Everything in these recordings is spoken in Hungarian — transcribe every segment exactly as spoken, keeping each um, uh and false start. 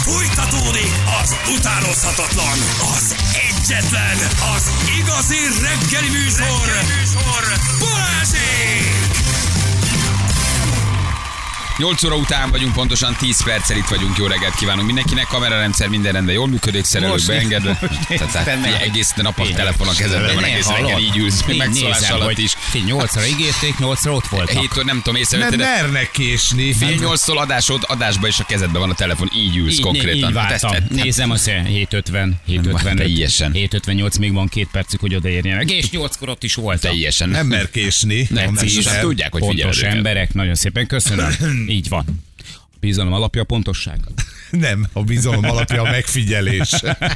Fújtatódik az utánozhatatlan, az egyetlen, az igazi reggeli műsor, reggeli műsor. Balázsék! nyolc óra után vagyunk, pontosan tíz perccel itt vagyunk. Jó reggelt kívánunk mindenkinek. Kamerarendszer minden rendben jól működik, szerelők beengedve. Tehát egész nap a telefon a kezedben van, egész reggel így ülsz, megszólás alatt is. nyolcra ígérték, nyolcra ott voltak. héttől nem tudom, észrevetted. Nem mernek késni. Fél nyolctól adásod, adásba is a kezedben van a telefon, így ülsz így, konkrétan. Így váltam. Nézem azt, hét ötven, hét ötvenöt, hét ötvennyolc, még van két percük, hogy odaérjenek. És nyolckor ott is voltam. Teljesen. Nem mer késni. Nem, nem tudják, hogy figyelnek. Pontos emberek, nagyon szépen köszönöm. Így van. A bizalom alapja a pontosság. Nem, a bizalom alapja a megfigyelés.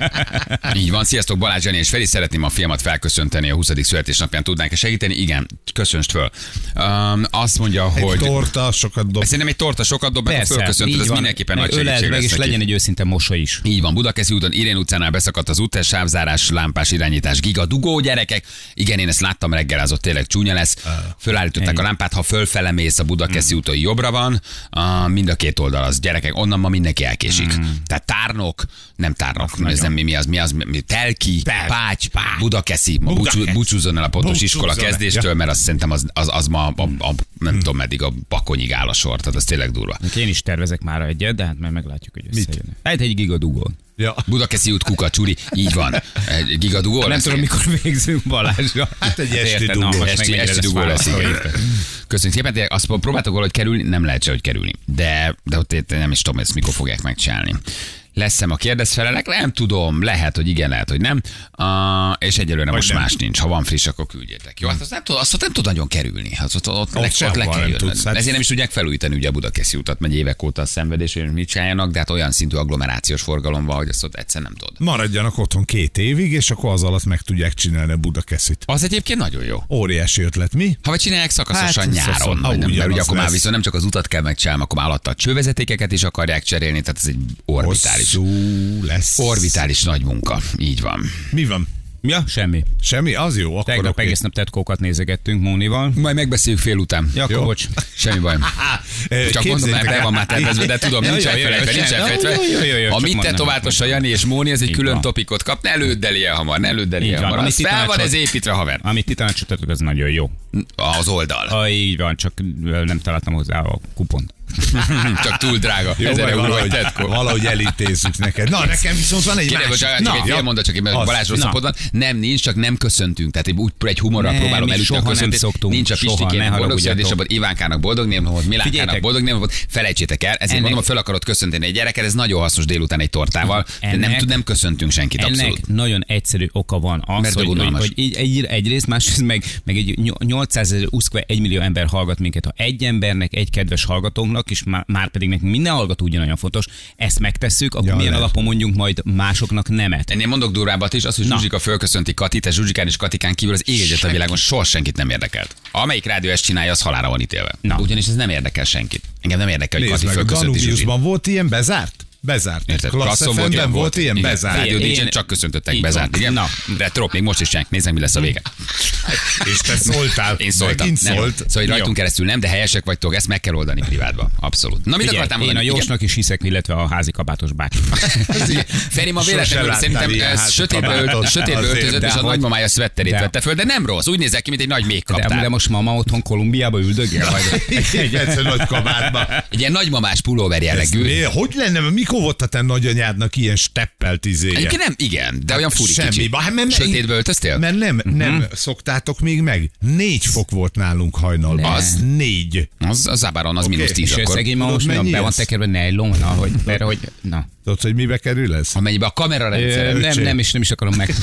Így van, sziasztok, Balázs, Jani és Feri, szeretném a fiamat felköszönteni a huszadik születésnapján, tudnánk-e segíteni? Igen, köszönst föl. Um, azt mondja, egy hogy... torta sokat dob. Szerintem egy torta sokat dob, mert fölköszöntöd, ez mindenképpen nagy segítség meg, és legyen egy őszinte mosoly is. Így van, Budakeszi úton, Irén utcánál beszakadt az út, sávzárás, lámpás irányítás, giga dugó, gyerekek. Igen, én ezt láttam reggel, az ott tényleg csúnya lesz. Fölállították a lámpát, ha fölfele mész a Budakeszi úton, jobbra van, uh, mind a két oldal az, gyerekek, onnan ma mindenki elkésik. Mm. Tehát Tárnok, nem Tárnok, ez nem mi, mi az, mi az, mi, Telki, Tel, Pács, Pács, Budakeszi, ma búcsú, búcsúzzon el a pontos búcsúzzon iskola kezdéstől, ja. Mert azt szerintem az, az, az ma a, a, a, nem hmm. tudom meddig a Bakonyig áll a sor, tehát az tényleg durva. Én is tervezek már egyet, de hát majd meglátjuk, hogy összejön. Hát egy gigadugón. Ja. Budakeszi út, Kuka, Csuri, így van. Egy gigadugó lesz. Nem tudom, mikor végzünk Balázsra. Hát egy esti dugó. Esti, esti dugó lesz. Köszönjük szépen, azt próbáltok valahogy kerülni, nem lehet se, hogy kerülni. De, de ott nem is tudom, ezt mikor fogják megcsinálni. Lesz-e a kérdezfelelek? Nem tudom, lehet, hogy igen, lehet, hogy nem. Uh, és egyelőre vagy most nem. Más nincs. Ha van friss, akkor küldjétek. Jó, hát azt nem tud, azt nem tud nagyon kerülni. Azt ott, ott, ott, ott, ott le kell jönnöd. Ezért nem is tudják felújítani ugye a Budakeszi utat, megy évek óta a szenvedés, hogy mit csináljanak, de hát olyan szintű agglomerációs forgalom van, hogy azt ott egyszer nem tudod. Maradjanak otthon két évig, és akkor az alatt meg tudják csinálni a Budakeszit. Az egyébként nagyon jó. Óriási ötlet, mi? Ha vagy csinálják szakaszosan hát, nyáron, vagy nem, mert ugye akkor már viszont nem csak az utat kell megcsinálni, akkor már alatta a csővezetékeket is akarják cserélni, tehát ez egy orbitális. Lesz. Orbitális nagy munka. Így van. Mi van? Ja, semmi. Semmi? Az jó. Akkor tegnap okay. egész nap tetkókat nézegettünk Mónival. Majd megbeszéljük fél után. Ja, akkor bocs. Semmi baj. Csak mondom, mert be van már tervezve, de tudom, nincs elfelejtve, nincs elfelejtve. Ha mit tetovátos a Jani és Móni, ez egy külön topikot kap, ne lődd el ilyen hamar, ne lődd el ilyen hamar. Az fel van ez építve, haver. Amit ti tanácsottatok, az nagyon jó. Az oldal. Ah, így van, csak nem találtam hozzá a kupont. Csak túl drága. Jó, ezer euró valahogy, valahogy elintézzük neked. Na, nekem viszont van egy Kérlek, másik. Csak na, egy fél mondat, csak én Balázs rosszapod van. Nem, nincs, csak nem köszöntünk. Tehát úgy egy humorral próbálom elütni a köszöntést. Nincs a Pistikének boldog születésnapot, Ivánkának boldog névnapot, Milánkának boldog névnapot. Felejtsétek el, ezért mondom, föl akarod köszönteni egy gyereket, ez nagyon hasznos délután egy tortával. Nem, nem köszöntünk senkit abszolút. Ennek nagyon egyszerű oka van az, hogy egyrészt, másrészt meg egy nyolcszázezer egy millió ember hallgat minket. Ha egy embernek, egy kedves hallgatónknak, és már pedig nekünk minden hallgató ugyanolyan fontos, ezt megtesszük, akkor ja, milyen lehet. Alapon mondjunk majd másoknak nemet. Ennél mondok durvábbat is, az, hogy Zsuzsika fölköszönti Katit, és Zsuzsikán és Katikán kívül az ég egyet a világon soha senkit nem érdekelt. Amelyik rádió ezt csinálja, az halálra van ítélve. Na. Ugyanis ez nem érdekel senkit. Engem nem érdekel, hogy Kati fölköszönti Zsuzsit. Volt ilyen bezárt? Bezárt. Érted? Klassz ef em-ben volt, volt ilyen igen. Bezárt. Rádió dé jén csak köszöntöttek bezárt. Igen? Na, de trop, még most is csinálják. Nézzem, mi lesz a vége. És te szóltál. Én szóltam. Nem. Szólt. Szóval rajtunk keresztül nem, de helyesek vagytok, ezt meg kell oldani privátba. Abszolút. Na, mit Figyelj, akartál mondani? Én a Jósnak is hiszek, illetve a házi kabátos bácsi. Feri ma véletlenül szerintem sötétbe öltözött, és a nagymamája szvetterét vette föl, de nem rossz. Úgy nézek ki, mint egy nagy méhkaptár. De most mama otthon Kolumbiába üldögél majd. Egy egyszer nagy kabátba. Egy ilyen nagymamás pulóver jellegű. Hogy lenne, mikor volt a te nagyanyádnak ilyen steppelt izéje? Egyébként nem, igen, de olyan furi semmi. kicsi. Hát, mert, sötétbe öltöztél? Mert nem, uh-huh. nem szoktátok még meg. Négy fok volt nálunk hajnalban. Az négy. Az, az Zábáron, az okay. mínusz tíz és akkor. És szegény ma most be van tekerve nejlon, ahogy, mert hogy, na. Tudod, hogy mibe kerül ez? Amennyibe a kamerarendszer. Nem, nem, és nem is akarom meg.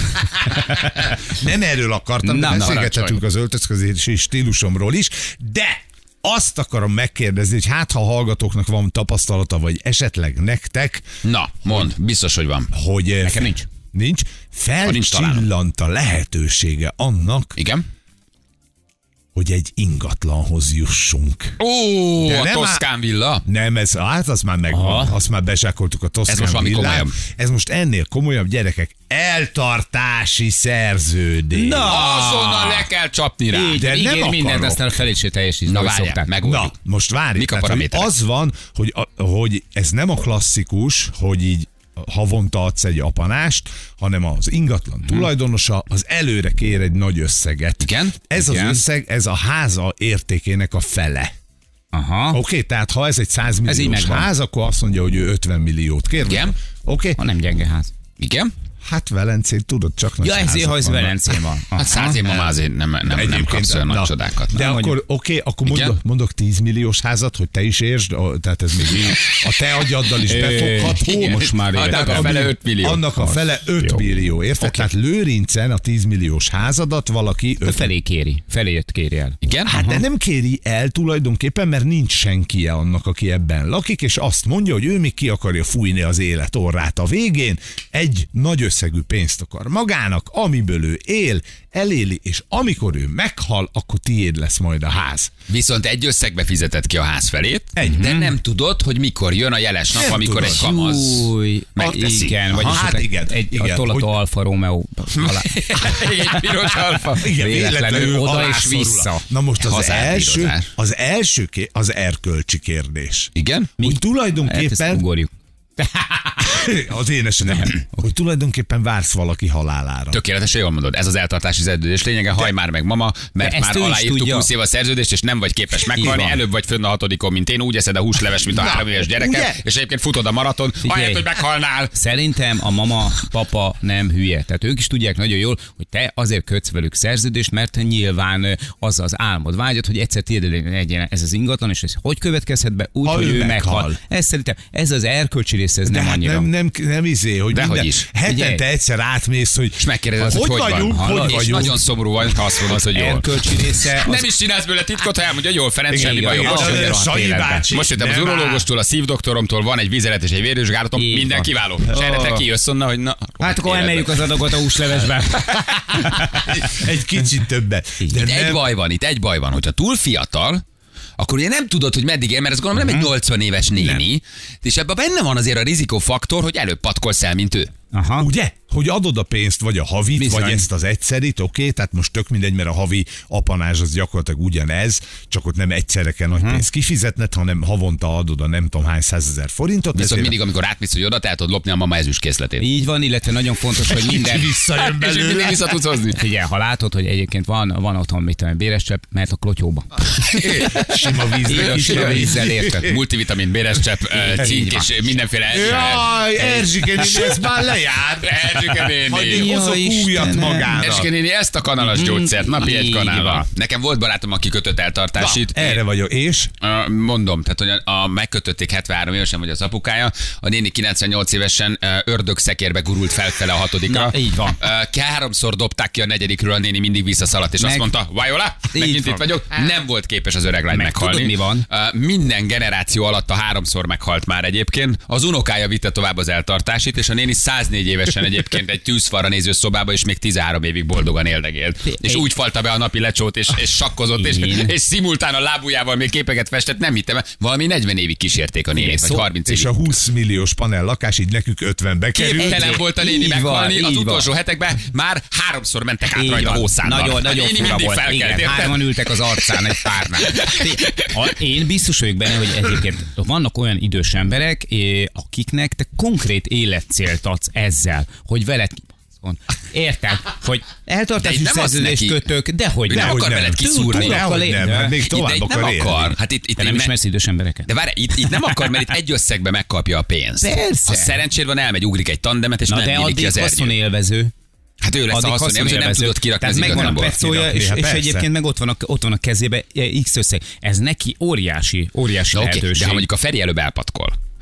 Nem erről akartam, de beszélgethetünk az öltözködési stílusomról is, de azt akarom megkérdezni, hogy hát ha a hallgatóknak van tapasztalata, vagy esetleg nektek. Na, mondd, biztos, hogy van. Hogy nekem nincs. Nincs. Felcsillant a lehetősége annak, igen, hogy egy ingatlanhoz jussunk. Ó, a Toszkán villa? Nem, ez, hát az már megvan, azt már bezsákoltuk a Toszkán Ez most villát. Ez most ennél komolyabb, gyerekek, eltartási szerződés. Na, azonnal le kell csapni rá. Így, de nem ígér mindent, aztán a felét se teljesít. Na várjál, megoldjuk. Na, most várj. Mik a paraméterek? Az van, hogy, a, hogy ez nem a klasszikus, hogy így havonta adsz egy apanást, hanem az ingatlan tulajdonosa az előre kér egy nagy összeget. Igen? Ez Igen. az összeg, ez a háza értékének a fele. Aha. Oké, okay, tehát ha ez egy száz milliós megvan. ház, akkor azt mondja, hogy ő ötven milliót kér. Igen. Oké? Okay? Ha nem gyenge ház. Igen? Hát Velencén tudod, csak nagy Ja, ezért, házak ha ez vannak. Velencén van. Hát száz év ma már azért nem, nem, nem Egyébként, kapsz olyan na, nagy csodákat. De Nem akkor, mondjuk. oké, okay, akkor Igen? mondok, mondok tíz milliós házat, hogy te is értsd, a- tehát ez még a te agyaddal is befogható. Igen. Most már Annak értem. a fele öt millió. Annak a fele öt millió, érted? Tehát Lőrincen a tíz milliós házadat valaki A öt felé kéri. Felét kéri el. Igen? Hát de nem kéri el tulajdonképpen, mert nincs senkie annak, aki ebben lakik, és azt mondja, hogy ő még ki akarja fújni az élet orrát a végén, egy nagy összegű pénzt akar magának, amiből ő él, eléli, és amikor ő meghal, akkor tiéd lesz majd a ház. Viszont egy összegbe fizetett ki a ház felét, Egy. de nem tudod, hogy mikor jön a jeles nap, Nem amikor tudod. egy kamaz Új, megteszi. igen, vagy Aha, hát igen, egy, igen, a Tolató hogy- Alfa Romeo alá. Egy piros alfa. Igen, Véletlenül oda és alászorul. vissza. Na most az Hazárpírozás. első, az első ké- az erkölcsi kérdés. Igen? Hogy Hát ezt tulajdonképpen ugorjuk. az én esetemben, hogy tulajdonképpen vársz valaki halálára. Tökéletesen jól mondod. Ez az eltartási szerződés lényege. Haj már meg, mama, mert De ezt már ő is aláírtuk tudja. húsz év a szerződést, és nem vagy képes meghalni. van. Előbb vagy fönn a hatodikon, mint én. Úgy eszed a húsleves, mint a Na, három éves gyereke, ugye? és egyébként futod a maraton, Figyelj. ahelyett, hogy meghalnál. Szerintem a mama, papa nem hülye. Tehát ők is tudják nagyon jól, hogy te azért kötsz velük szerződést, mert nyilván az az álmod, vágyod, hogy egyszer tiéd legyen ez az ingatlan, és ez hogy következhet be? Úgy, Ha hogy ő ő meghal. meghal. Ez szerintem, ez az erkölcsi része, ez De nem hát annyira. nem, nem, nem izé, hogy Dehogy minden, is. hetente Figyelj. egyszer átmész, hogy És megkérdezed, hogy hogy vagyunk, van. hogy Hallod? És vagyunk. nagyon szomorú vagy, ha azt mondod, hogy jól. Erkölcsi része az Nem is csinálsz belőle titkot, ha elmondja, jól, Ferenc, Igen, semmi igen, baj. igen. Most Az- jöttem- az- Sanyi életben. bácsi, Most jöttem az nem áll. urológustól, a szívdoktoromtól, van egy vízeletes, egy vérvizsgálatom, Így minden van. kiváló. És erre te kijössz onnan, hogy na... Hát akkor emeljük az adagot a húslevesbe. Egy kicsit többet. De Itt egy nem, baj van, itt egy baj van, hogyha túl fiatal, akkor ugye nem tudod, hogy meddig él, mert ez gondolom nem egy nyolcvan éves néni, és ebben benne van azért a rizikófaktor, hogy előbb patkolsz el, mint ő. Aha. ugye? Hogy adod a pénzt, vagy a havit, Bizony. vagy ezt az egyszerit, oké, okay? Tehát most tök mindegy, mert a havi apanázs az gyakorlatilag ugyanez, csak ott nem egyszerre kell nagy pénzt kifizetned, hanem havonta adod a nem tudom hány százezer forintot. Viszont ezért- mindig, amikor átmész, hogy oda, te el tudod lopni a mama ezüstkészletét. Így van, illetve nagyon fontos, hogy minden... visszajön És így mindig belőle. vissza tudsz hozni. Figyelj, ha látod, hogy egyébként van, van otthon mit tudom, béres csepp, mehet a klotyóba. Sima vízre. Igen, sima vízzel érted. Multivitamin, béres csepp, ö, cink van. és mindenféle... Jaj, Erzsike néni, ez már lejár. Erzsike néni. Hogy én hozok Jaj, újat Istenem. magára. Erzsike néni, ezt a kanalas gyógyszert, napi egy így kanálval. van. Nekem volt barátom, aki kötött eltartásit. Erre vagyok, és? Ö, Mondom, tehát hogy a, a megkötötték hetvenhárom évesen, vagy az apukája, a néni kilencvennyolc évesen ö, ördögszekérbe gurult felfele a hatodikra. Na, így van. Ö, Háromszor dobták ki a negyedikről, a néni mindig visszaszaladt, és Meg- azt mondta, Vajola, Így megint van. itt vagyok. Nem volt képes az öreg lány Meg meghalni. tudod, mi van? Ö, Minden generáció alatt a háromszor meghalt már egyébként. Az unokája vitte tovább az eltartásit, és a néni száznégy évesen egyébként egy tűzfalra néző szobába, és még tizenhárom évig boldogan éldegélt. És úgy falta be a napi lecsót, és, és sakkozott, és, Én? és szimultán a lábujjával még képeket festett, nem hittem el. Valami negyven évig kísérték a nénit, vagy Szó- harminc És évig. a húsz milliós panel lakás így nekünk ötvenbe került. Képtelen volt a néni Így van, meghalni, így az van. utolsó hetekben már háromszor mentek át Így rajta van. hószánnal. Nagyon, nagyon A néni fura mindig volt. felkelt, Igen, érted? hárman ültek az arcán egy párnál. A- Én biztos vagyok benne, hogy egyébként vannak olyan idős emberek, eh, akiknek te konkrét életcélt adsz ezzel, hogy veled kibaszol. Érted? Hogy eltartási De nem az szerződést neki. kötök, dehogy Ő nem nem. akar veled kiszúrni. Tud- Dehogy akar nem, élni. hát még Itt tovább egy nem akar élni. akar. Hát itt, itt Te nem én ismersz idős embereket? De várj, itt, itt nem akar, mert itt egy összegbe megkapja a pénzt. Persze. Ha szerencséd van, elmegy, ugrik egy tandemet, és Na nem de nyílik ki addig az ernyő. haszonélvező. Hát ő lesz a Addig haszonélvező, nem haszonélvező. tudod kirakni az Tehát megvan a ingatlanból. petszója, és, Hát és persze. egyébként meg ott van a, ott van a kezébe X összeg. Ez neki óriási, óriási Na, oké, lehetőség. de ha mondjuk a Feri előbb elpatkol,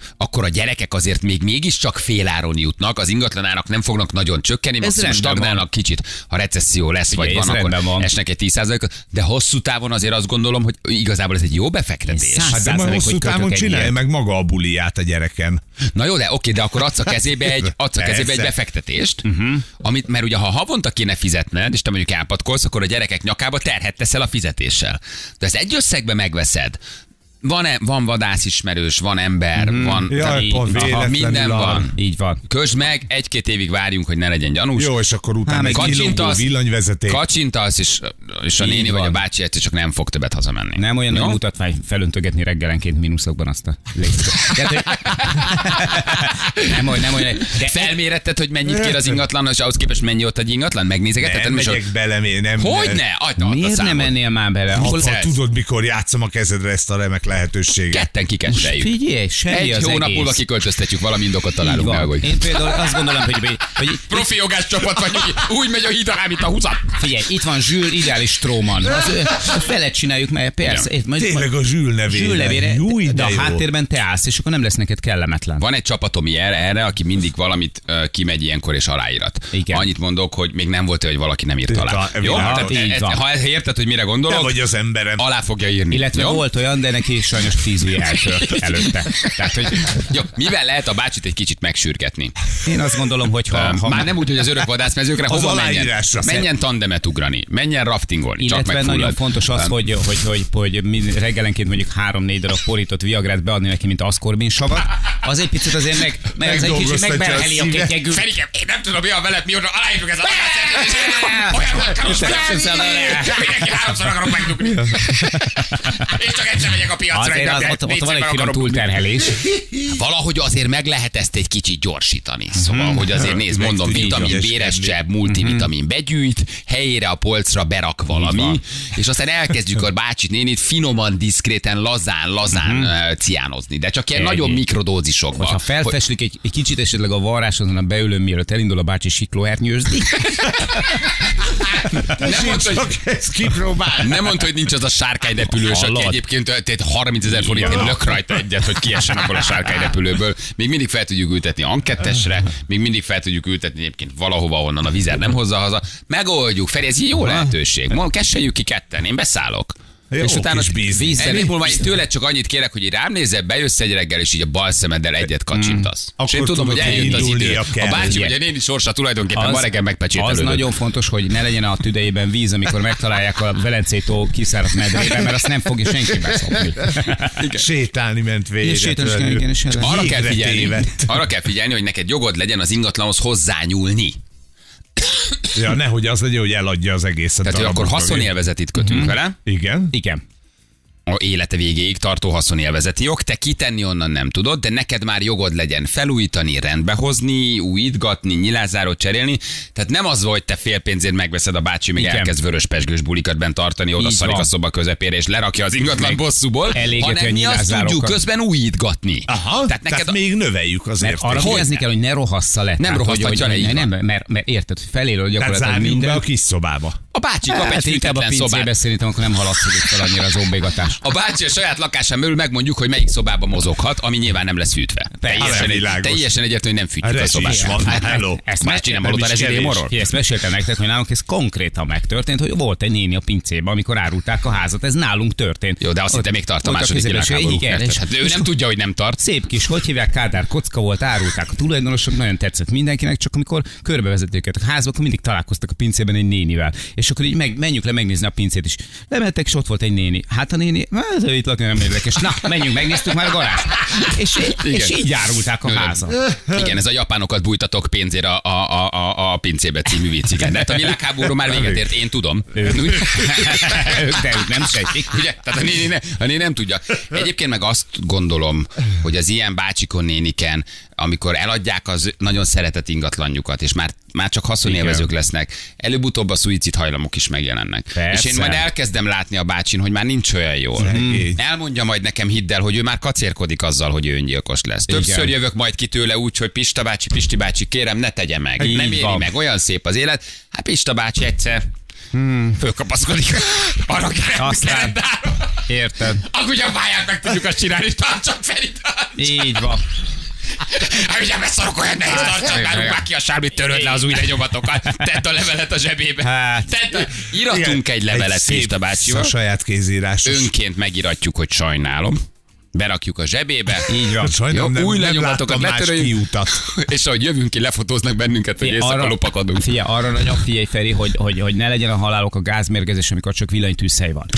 akkor a gyerekek azért még mégiscsak féláron jutnak, az ingatlanárak nem fognak nagyon csökkenni, maximum stagnálnak kicsit, ha recesszió lesz, Ugye, vagy van, akkor van. esnek egy tíz százalékot, de hosszú távon azért azt gondolom, hogy igazából ez egy jó befektetés. Hát de majd hosszú távon csinálja meg maga a buliját a gyereken. Na jó, de oké, de akkor adsz a kezébe egy, adsz a kezébe egy befektetést, uh-huh. amit, mert ugye ha havonta kéne fizetned, és te mondjuk elpatkolsz, akkor a gyerekek nyakába terhet teszel a fizetéssel. De ezt egy összegbe megveszed. Van-e, van vadászismerős, van ember, mm. van Jaj, pont aha, minden van. van. Így van. Közd meg, egy-két évig várjunk, hogy ne legyen gyanús. Jó, és akkor utána egy kilógó villanyvezeték. Kacsintasz, és, és a Így néni van. vagy a bácsi egyszer csak nem fog többet hazamenni. Nem olyan Jó? nagy mutatvány felöntögetni reggelenként mínuszokban azt a légzőt. nem olyan, nem olyan. De felméretted, hogy mennyit kér az ingatlan, és ahhoz képest mennyi ott egy ingatlan? Megnézegeted? Nem megyek bele, nem. Hogyne? Miért nem mennél már bele? Ha tudod, mikor játszom a kezedre ezt a remek lehetőséget. Ketten kikesseljük. Figyelj, semmi Egy az hónap egész. múlva kiköltöztetjük, valami indokot találunk meg, hogy... Én például azt gondolom, hogy, hogy Profi jogás csapat vagy, úgy, úgy megy a híd alá, mint a húzat. Figyelj, itt van Zsül, ideális Stróman. Az, a felet csináljuk meg, persze. Itt, majd, Tényleg a Zsül nevére. Zsül nevére, Jó, de a jó. háttérben te állsz, és akkor nem lesz neked kellemetlen. Van egy csapatom erre, erre, aki mindig valamit uh, kimegy ilyenkor és aláírat. Igen. Annyit mondok, hogy még nem volt, hogy valaki nem írt alá. Ta- Jó? világos. Tehát, Így e- van. ha érted, hogy mire Te gondolok, vagy az emberem. alá fogja írni. Illetve jó? volt olyan, de neki sajnos tíz ujj eltört előtte. Tehát, hogy Jó, mivel lehet a bácsit egy kicsit megsürgetni? én azt gondolom, hogy ha, Um, ha Már nem úgy, hogy az örök vadászmezőkre Az hova menjen. aláírásra. Menjen tandemet ugrani, menjen raftingolni, csak illetve megfullad. nagyon fontos az, Um, hogy, hogy, hogy, hogy mi reggelenként mondjuk három-négy darab porított viagrát beadni neki, mint aszkorbin savat. Az egy picit azért meg, meg az egy kicsit Megdolgoztatja a megberheli a szívet. ketyegül. Ferikem, én nem tudom, mi van veled, mióta aláírjuk ez a vadászszerződést. Olyan volt, mindenki háromszor akarok megdugni. És csak egyszer megyek a piacra. Azért az, ott, ott van egy finom túlterhelés. Valahogy azért meg lehet ezt egy kicsit gyorsítani. Szóval, hogy azért nézd, Meg mondom, tudjuk vitamin, ügyeskedni. véres csepp, multivitamin begyűjt, helyére a polcra berak valami, és aztán elkezdjük a bácsit, nénit finoman, diszkréten, lazán, lazán uh, ciánozni. De csak ilyen Ennyi. nagyon mikrodózisokban. Ha felfeslik egy, egy kicsit esetleg a varráson a beülőn, mielőtt elindul a bácsi siklóhernyőzni. Nem mondta, hogy, Ezt kipróbál. nem mondta, hogy nincs az a sárkányrepülős, aki Hallod? egyébként tehát harmincezer forintért lök rajta egyet, hogy kiessen abból a sárkányrepülőből. Még mindig fel tudjuk ültetni ankettesre, még mindig fel tudjuk ültetni egyébként valahova, onnan a vizer nem hozza haza. Megoldjuk, Feri, ez egy jó lehetőség. Ma kesseljük ki ketten, én beszállok. Jó, és utána kis business. ennél múlva én tőled csak annyit kérek, hogy így rám nézzel, bejössz egy reggel, és így a bal szemeddel egyet kacsintasz. Mm. És én Akkor tudom, hogy tudod, eljött az idő. indulnia kell. A bácsi, Igen. ugye néni sorsa tulajdonképpen ma reggel megpecsételődött. Az nagyon fontos, hogy ne legyen a tüdejében víz, amikor megtalálják a Velencei tó kiszáradt medrében, mert azt nem fogja senki beszopni. Sétálni ment És sétálni, igen, véletlenül. igen, és el- Arra kell Jégre figyelni, tévedt. arra kell figyelni, hogy neked jogod legyen az ingatlanhoz hozzányúlni. Ja, nehogy az legyen, hogy eladja az egészet. Tehát, hogy akkor darabokra. haszonélvezetit kötünk Mhm. vele, Igen. Igen. a élete végéig tartó haszonélvezeti jog, te kitenni onnan nem tudod, de neked már jogod legyen felújítani, rendbehozni, újítgatni, nyilázárót cserélni. Tehát nem az, hogy te fél pénzért megveszed a bácsi, még Igen. elkezd vörös pesgős bulikat bent tartani, oda Így szarik a van. szoba közepére, és lerakja az ingatlan Meg bosszúból, elégeti a hanem mi azt nyilázárókat. tudjuk közben újítgatni. Aha, tehát, tehát a- még növeljük az Mert értéket. arra Hogy vigyázni ne? kell, hogy ne rohassza le. Nem Tehát, rohasztatja hogy, le, így hogy, van. nem, mert, mert érted, hogy felélő Tehát gyakorlatilag zárjunk be minden. a kis szobába. A bácsi kap egy Hát inkább a fűtetlen pincébe szobát. szerintem, akkor nem haladszódik fel annyira az óbégatás. A bácsi a saját lakásán belül megmondjuk, hogy melyik szobában mozoghat, ami nyilván nem lesz fűtve. Teljesen, nem egy, világos. teljesen egyértelmű, hogy nem fűtjük Hát a ez szobát. is van. Hát, Hello. Ezt bácsi nem Nem hallottál is ez kevés. idémorról? Ezt meséltem nektek, hogy nálunk ez konkrétan megtörtént, hogy volt egy néni a pincébe, amikor árulták a házat. Ez nálunk történt. Jó, de azt hitte még tart a Ott második kezében, világháború. igen, Érted? és- Hát ő és nem tudja, hogy nem tart. Szép kis, hogy hívják, Kádár kocka volt, árulták a tulajdonosok, nagyon tetszett mindenkinek, csak amikor körbevezették őket a házba, akkor mindig találkoztak a pincében egy nénivel. És akkor így meg, menjünk le megnézni a pincét is. Lementek, és ott volt egy néni. Hát a néni, hát ő itt lakni nem érdekes. Na, menjünk, megnéztük már a garást. És, és így árulták a házat. Igen, ez a japánokat bújtatok pénzért a, a, a, a, a pincébe című vicc. Igen. De hát a világháború már véget ért, én tudom. Ők, de ők nem sejtik. Ugye? Tehát a néni, ne, a néni nem tudja. Egyébként meg azt gondolom, hogy az ilyen bácsikon, néniken, amikor eladják az nagyon szeretett ingatlanjukat, és már, már csak haszonélvezők lesznek, előbb-utóbb a szuicid hajlamok is megjelennek. Persze. És én majd elkezdem látni a bácsin, hogy már nincs olyan jól. Szegény. Elmondja majd nekem, hidd el, hogy ő már kacérkodik azzal, hogy ő öngyilkos lesz. Többször Igen. jövök majd ki tőle úgy, hogy Pista bácsi, Pisti bácsi, kérem, ne tegye meg. Így nem éri van. meg, olyan szép az élet. Hát Pista bácsi egyszer Hmm. Fölkapaszkodik. Arra Aztán. Érted. Akkor ugye a pályát meg tudjuk azt csinálni, és tartsak Feri, tartsak. Így van. Hát ugye beszarok olyan nehéz, tartsak, nálunk már ki a sármit, töröd le az új lenyomatokat, tedd a levelet a zsebébe. Hát. Tedd a... Iratunk egy levelet, Pista bácsival. A saját kézírásos. Önként megiratjuk, hogy sajnálom. Berakjuk a zsebébe. Így van. Sajnálom, jó, nem, új nem lenyomatokat letöröljük. És ahogy jövünk ki, lefotóznak bennünket, hogy éjszaka lopakodunk. Figyelj, arra nagyon figyelj, Feri, hogy, hogy, hogy ne legyen a halálok a gázmérgezés, amikor csak villanytűzhely van.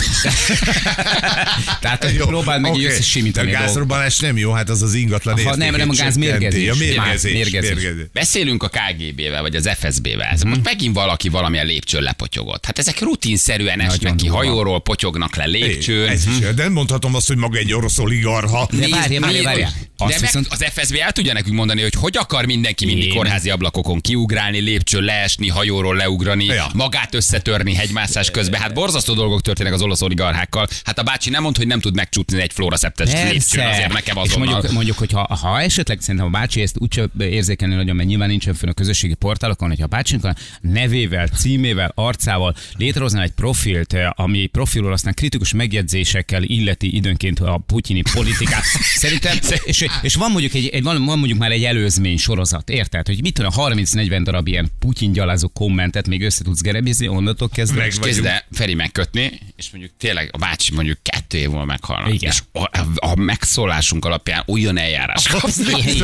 Tehát jó, próbáld meg okay. így összesimítani. A gázrobbanás nem jó, hát az az ingatlan értékét. Nem, nem a gázmérgezés. A mérgezés. mérgezés. mérgezés. Beszélünk a ká gé bé-vel, vagy az ef es bé-vel. Mm-hmm. Most megint valaki valamilyen lépcsőn lepotyogott. Hát ezek rutinszerűen esnek ki hajóról, potyognak le lépcsőn. Ez is, de nem mondhatom azt, hogy maga egy orosz oligarha. Várja, várja, várja. De meg viszont... az ef es bé el tudja nekünk mondani, hogy hogy akar mindenki mindig Én. kórházi ablakokon kiugrálni, lépcsőn leesni, hajóról leugrani, ja. magát összetörni hegymászás közben. Hát borzasztó dolgok történnek az olasz oligarchákkal. Hát a bácsi nem mond, hogy nem tud megcsúszni egy flóraszeptes lépcsőn, azért nekem azonnal. És mondjuk, mondjuk hogyha ha esetleg szerintem a bácsi ezt úgyse érzékelni nagyon, mert nyilván nincsen fönn a közösségi portálokon, hogyha a bácsinak a nevével, címével, arcával létrehozna egy profilt, ami profilról aztán kritikus megjegyzésekkel illeti időnként a putyini politikát. Szerintem, és, és van mondjuk egy, egy van, van mondjuk már egy előzmény sorozat, érted? Hogy mit tudom, harminc-negyven darab ilyen Putyin gyalázó kommentet még össze tudsz gerebizni, onnantól kezdve. Meg kezdve Feri megkötni, és mondjuk tényleg a bácsi mondjuk kettő év múlva meghalnak. Igen. És a, a, a megszólásunk alapján olyan eljárás kapsz.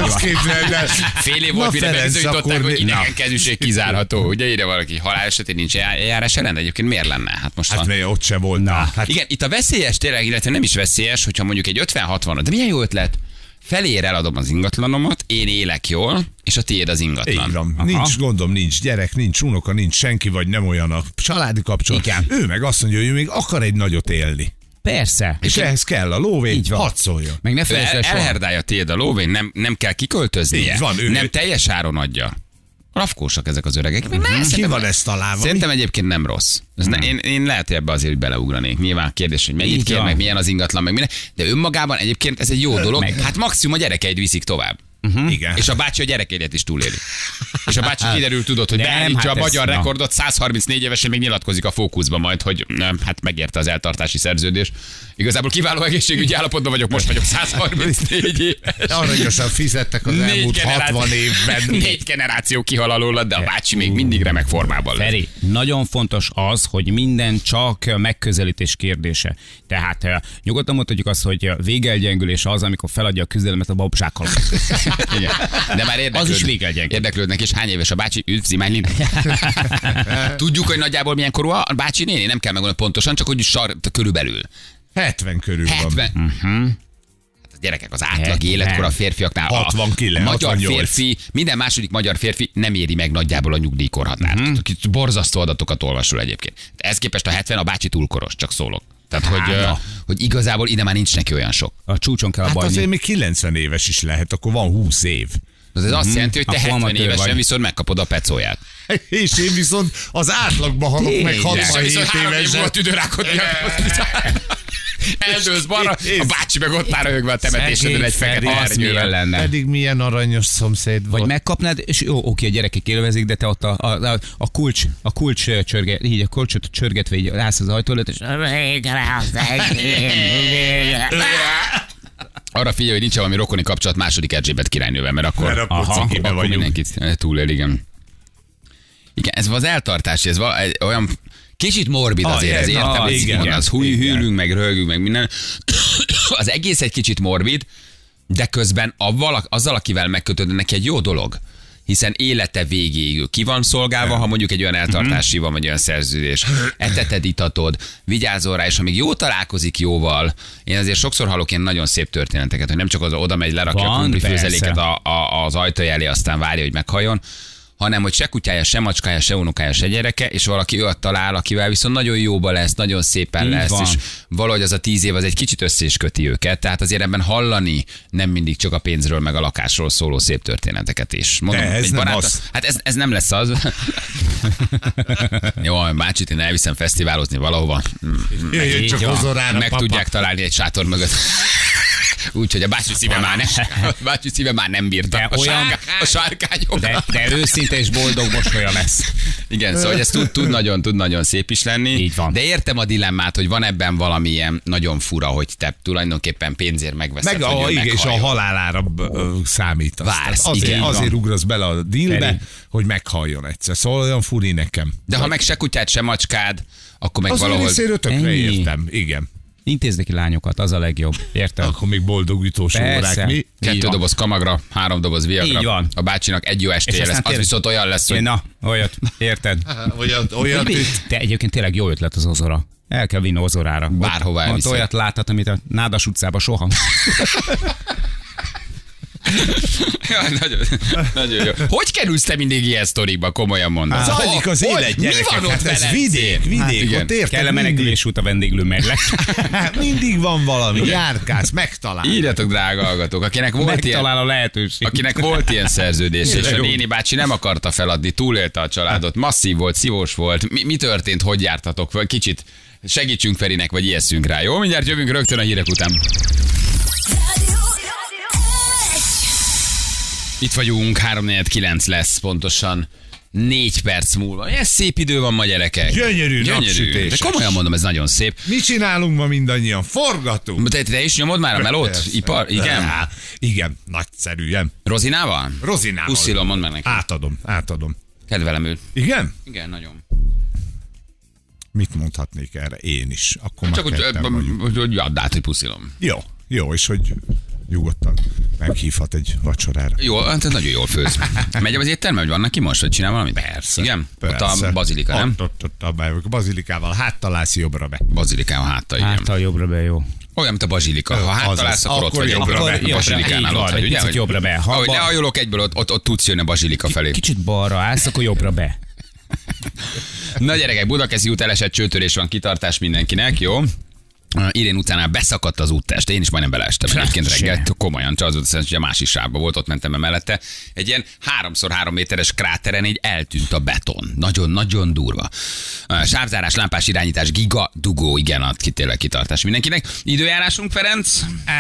Fél év volt, mire bebizonyították, hogy idegenkezűség kizárható. Ugye ide valaki halál esetén nincs eljárás ellen, egyébként miért lenne? Hát most hát van. ott se volt. Na, hát... Igen, itt a veszélyes tényleg, illetve nem is veszélyes, hogyha mondjuk egy ötven-hatvan, de milyen jó ötlet? Felér eladom az ingatlanomat, én élek jól, és a tiéd az ingatlan. Így van. Nincs gondom, nincs gyerek, nincs unoka, nincs senki, vagy nem olyan a családi kapcsolat. Igen. Ő meg azt mondja, hogy ő még akar egy nagyot élni. Persze. És ehhez kell a lóvé, hadd szóljon. Meg ne el, elherdálja tiéd a lóvé, nem, nem kell kiköltöznie. Így van, ő nem ő... teljes áron adja. Rafkósak ezek az öregek. Uh-huh. Ki van ezt találva? Szerintem egyébként nem rossz. Ez hmm. ne, én, én lehet, hogy ebbe azért hogy beleugranék. Nyilván kérdés, hogy mennyit kér, meg milyen az ingatlan, meg minden. De önmagában egyébként ez egy jó dolog. Meg. Hát maximum a gyerekeid viszik tovább. Uh-huh. Igen. És a bácsi a gyerekeidet is túléli. És a bácsi kiderül, tudod, hogy beállítja hát a magyar ez, rekordot, száz harmincnégy évesen még nyilatkozik a Fókuszban majd, hogy nem, hát megérte az eltartási szerződés. Igazából kiváló egészségügyi állapotban vagyok, most vagyok száz harmincnégy éves. Aranyosan fizettek az elmúlt hatvan évben. Négy generáció kihal alóla, de a bácsi még mindig remek formában lesz. Feri, nagyon fontos az, hogy minden csak megközelítés kérdése. Tehát nyugodtan mondhatjuk azt, hogy végelgyengülés az, amikor feladja a küzdelmet a babzsákkal. Igen. De már érdeklődnek, az is végelgyeng. érdeklődnek, és hány éves a bácsi? Üdv, Zimánylin. Tudjuk, hogy nagyjából milyen korú a bácsi néni? Nem kell megmondani pontosan, csak hogy sar körülbelül. hetven körül hetven. van. Uh-huh. Hát a gyerekek, az átlag életkor a férfiaknál. hatvankilenc, a magyar hatvannyolc. férfi, minden második magyar férfi nem éri meg nagyjából a nyugdíjkorhatárt. Uh-huh. Borzasztó adatokat olvasol egyébként. Ez képest a hetven, a bácsi túlkoros, csak szólok. Tehát, hogy, uh, hogy igazából ide már nincs neki olyan sok. A csúcson kell a hát bajni. azért még kilencven éves is lehet, akkor van húsz év. Ez azt mm-hmm. jelenti, hogy te hetven évesen vagy. Viszont megkapod a pecóját. És én viszont az átlagban halok Tényleg. meg hatvanhét évesen. Év tüdőrákot eldőlsz balra, a bácsi meg ott áll röhögve a temetéseden egy fekete ernyővel lenne. Pedig milyen aranyos szomszéd volt. Vagy megkapnád, és jó, oké, a gyerekek élvezik, de te ott a, a, a, a kulcs, a kulcs csörge, így a kulcsot csörgetve így állsz az ajtó előtt, és arra figyelj, hogy nincs valami rokoni kapcsolat második Erzsébet királynővel, mert akkor, mert akkor, aha, akkor mindenkit túlél, igen. Igen, ez az eltartás, ez olyan kicsit morbid azért, ah, ez értem, az, igen, igen, az húj, hűlünk, meg röhögünk, meg minden. Az egész egy kicsit morbid, de közben a valak, azzal, akivel megkötődnek, neki egy jó dolog. Hiszen élete végéig ki van szolgálva, ha mondjuk egy olyan eltartási van, vagy olyan szerződés. Eteted, itatod, vigyázol rá, és amíg jó találkozik jóval, én azért sokszor hallok ilyen nagyon szép történeteket, hogy nem csak az oda megy, lerakja van, a krumplifőzeléket a, a, az ajtaja elé, aztán várja, hogy meghalljon, hanem hogy se kutyája, se macskája, se unokája, se gyereke, és valaki olyat talál, akivel viszont nagyon jóba lesz, nagyon szépen így lesz, van. És valahogy az a tíz év az egy kicsit össze is köti őket, tehát azért ebben hallani nem mindig csak a pénzről, meg a lakásról szóló szép történeteket is. Mondom, ez egy nem barát, az. Hát ez, ez nem lesz az. Jó, bácsit én elviszem fesztiválozni valahova. Jöjjön csak meg, meg tudják találni egy sátor mögött. Úgyhogy a bácsi szíve már nem, a bácsi szíve már nem bírta. De a, olyan, sárká, a sárkányok. De, de őszinte és boldog mosolya lesz. Igen, szóval ez tud, tud, nagyon, tud nagyon szép is lenni. Így van. De értem a dilemmát, hogy van ebben valami ilyen nagyon fura, hogy te tulajdonképpen pénzért megveszed, meg, hogy a, igen, és a halálára számít. Vársz, azért, igen, azért van. ugrasz bele a dealbe, hogy meghalljon egyszer. Szóval olyan furi nekem. De ha meg se kutyád, se macskád, akkor meg az valahol... Az tökre értem, igen. Intézd neki lányokat, az a legjobb. Érted? Akkor még boldog utolsó órák mi? Kettő doboz kamagra, három doboz viagra. Így van. A bácsinak egy jó estéje lesz. Az viszont olyan lesz, hogy... Na, olyat, érted? Olyat, olyat. De egyébként tényleg jó ötlet az Ozora. El kell vinni Ozorára. Bárhová elviszed. Ott olyat láthat, amit a Nádas utcában soha. Ja, nagyon, nagyon jó. Hogy kerülsz te mindig ilyen sztorikba, komolyan mondom? Hát, zajlik az élet, gyerekek. Mi van ott hát ez vidék, vidék. Hát igen. Ott érted, kell a menekülésút a vendéglő mellett. Mindig van valami, járkálsz, megtalál. Írjatok, drága hallgatók, akinek volt Megtalál ilyen, a lehetőség. akinek volt ilyen szerződés, és a néni bácsi nem akarta feladni, túlélte a családot, masszív volt, szívós volt. Mi, mi történt, hogy jártatok? Kicsit segítsünk Ferinek, vagy ijesszünk rá. Jó, mindjárt jövünk rögtön a hírek után. Itt vagyunk, három negyven kilenc lesz pontosan. Négy perc múlva. Ez szép idő van ma, gyerekek. Gyönyörű, Gyönyörű. De komolyan mondom, ez nagyon szép. Mi csinálunk ma mindannyian? Forgatunk. Te, te is nyomod már a melót? Persze. Ipar? Igen? Há, igen, nagyszerűen. Rozinával? Rozinával. Puszilom, mondd meg neki. Átadom, átadom. Kedvelem őt. Igen? Igen, nagyon. Mit mondhatnék erre? Én is. Akkor Csak már úgy, hogy, hogy add át, hogy puszilom. Jó, jó, és hogy nyugodtan meghívhat egy vacsorára. Jó, hát ez nagyon jól főz. Megy az étterme, hogy vannak ki most, vagy csinál valamit? Persze. Igen? Persze. Ott a bazilika, nem? Ott, ott, ott, ott a bazilikával háttal állsz jobbra be. Bazilikával háttal, igen. Háttal jobbra be, jó. Olyan, mint a bazsilika. Ha háttal állsz, akkor, akkor ott vagy. jobbra Akkor be. a bazilikánál ott vagy, ugye? Picit jobbra be. Ha Ahogy ba- lehajolok egyből, ott, ott, ott tudsz jönni a bazsilika felé. Kicsit balra állsz, akkor jobbra be. Na gyerekek, Budakeszi út elesett, csőtörés van, kitartás mindenkinek, jó? Irén utcánál beszakadt az úttest, én is majdnem beleestem egyébként reggel, komolyan, csak az volt, hogy a másik sávba volt, ott mentem be mellette. Egy ilyen háromszor három méteres kráteren így eltűnt a beton. Nagyon-nagyon durva. Sávzárás, lámpás irányítás, giga, dugó, igen, ad ki tényleg kitartás mindenkinek. Időjárásunk, Ferenc?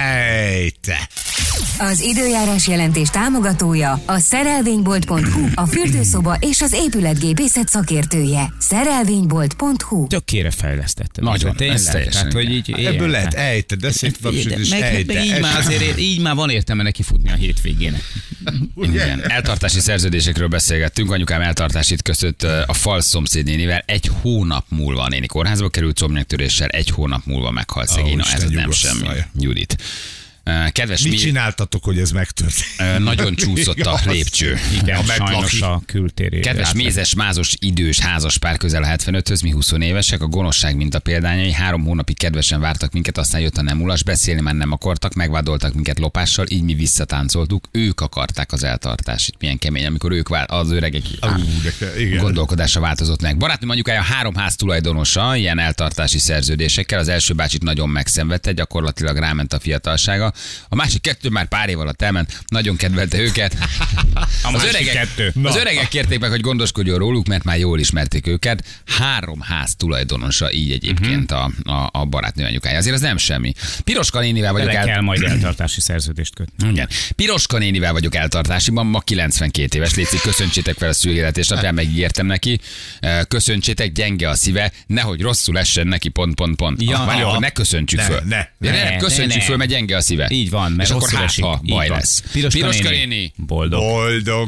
Ejte! Az időjárás jelentés támogatója a szerelvénybolt pont hu, a fürdőszoba és az épületgépészet szakértője. szerelvénybolt pont hu. Tökére fejlesztettem. Nagyon, tényleg. ez teljesen Tehát, hogy így, Ebből lehet ejte, de szép tapsod is meg, ejte. így, már azért, így már van értelme neki futni a hétvégének. Igen. Eltartási szerződésekről beszélgettünk. Anyukám eltartásit kötött a falsz szomszédnénivel. Egy hónap múlva a néni kórházba került szomnyegtöréssel, egy hónap múlva meghalt szegény. Na, ez nem semmi. Judit. Kedves Mit mi... csináltatok, hogy ez megtörtént? Nagyon csúszott a lépcső. Igen, A sajnos a kültérére. Kedves mézes, mázos, idős házas pár közel a hetvenöthöz, mi húsz évesek, a gonoszság mint a példányai, három hónapig kedvesen vártak minket, aztán jött a nem ulas, beszélni már nem akartak, megvádoltak minket lopással, így mi visszatáncoltuk, ők akarták az eltartást. Milyen kemény, amikor ők vált, az öregek Ú, de ke- igen. gondolkodása változott meg. Barátnőm anyukája három ház tulajdonosa, ilyen eltartási szerződésekkel, az első bácsit nagyon megszenvedte, gyakorlatilag ráment a fiatalsága. A másik kettő már pár év alatt elment, nagyon kedvelte őket. A Az öregek, kettő. az öregek kérték meg, hogy gondoskodjon róluk, mert már jól ismerték őket. Három ház tulajdonosa így egyébként a, a, a barátnő anyukája. Azért az nem semmi. Piroska nénivel vagyok Bele el... kell majd eltartási szerződést kötni. Igen. Piroska nénivel vagyok eltartásiban, ma kilencvenkét éves. Létszik, köszöntsétek fel a születésnapján, megígértem neki. Köszöntsétek, gyenge a szíve, nehogy rosszul essen neki, pont, pont, pont. Ja. Ah, várj, ne köszöntsük Ne, föl. ne, ne, ne, ne, köszöntsük ne. föl, mert gyenge a szíve. Így van, mert és akkor rosszul hát, esik. ha Így baj van. lesz. Piroska, Piroska néni. néni. Boldog. Boldog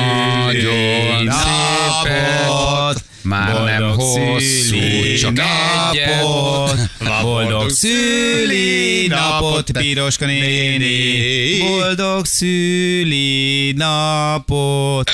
Nagyon szépet, már nem hosszú, csak egyet. Boldog szüli napot, Piroska néni. Boldog szüli napot.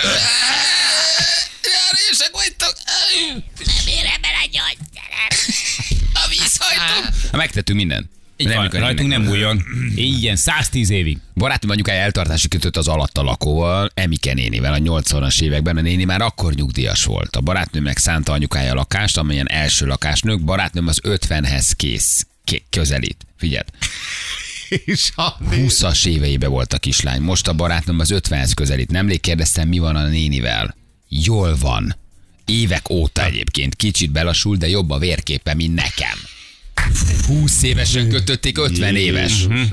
Erősek vagytok. Nem bele gyógyszerem. A vízhajtó. Megtettünk mindent. Így van, rajtunk nem bújjon. Ilyen száztíz évig. Barátom anyukája eltartási kötött az alatta lakóval, Emike nénivel a nyolcvanas években. A néni már akkor nyugdíjas volt. A barátnőmnek szánta anyukája a lakást, amelyen első lakásnők. Barátnőm az ötvenhez kész. Ké- közelít. Figyeld. És a húszas éveibe volt a kislány. Most a barátnőm az ötvenhez közelít. Nemrég kérdeztem, mi van a nénivel. Jól van. Évek óta egyébként. Kicsit belassul, de jobb a vérképe, mint nekem. húsz évesen kötötték, ötven éves.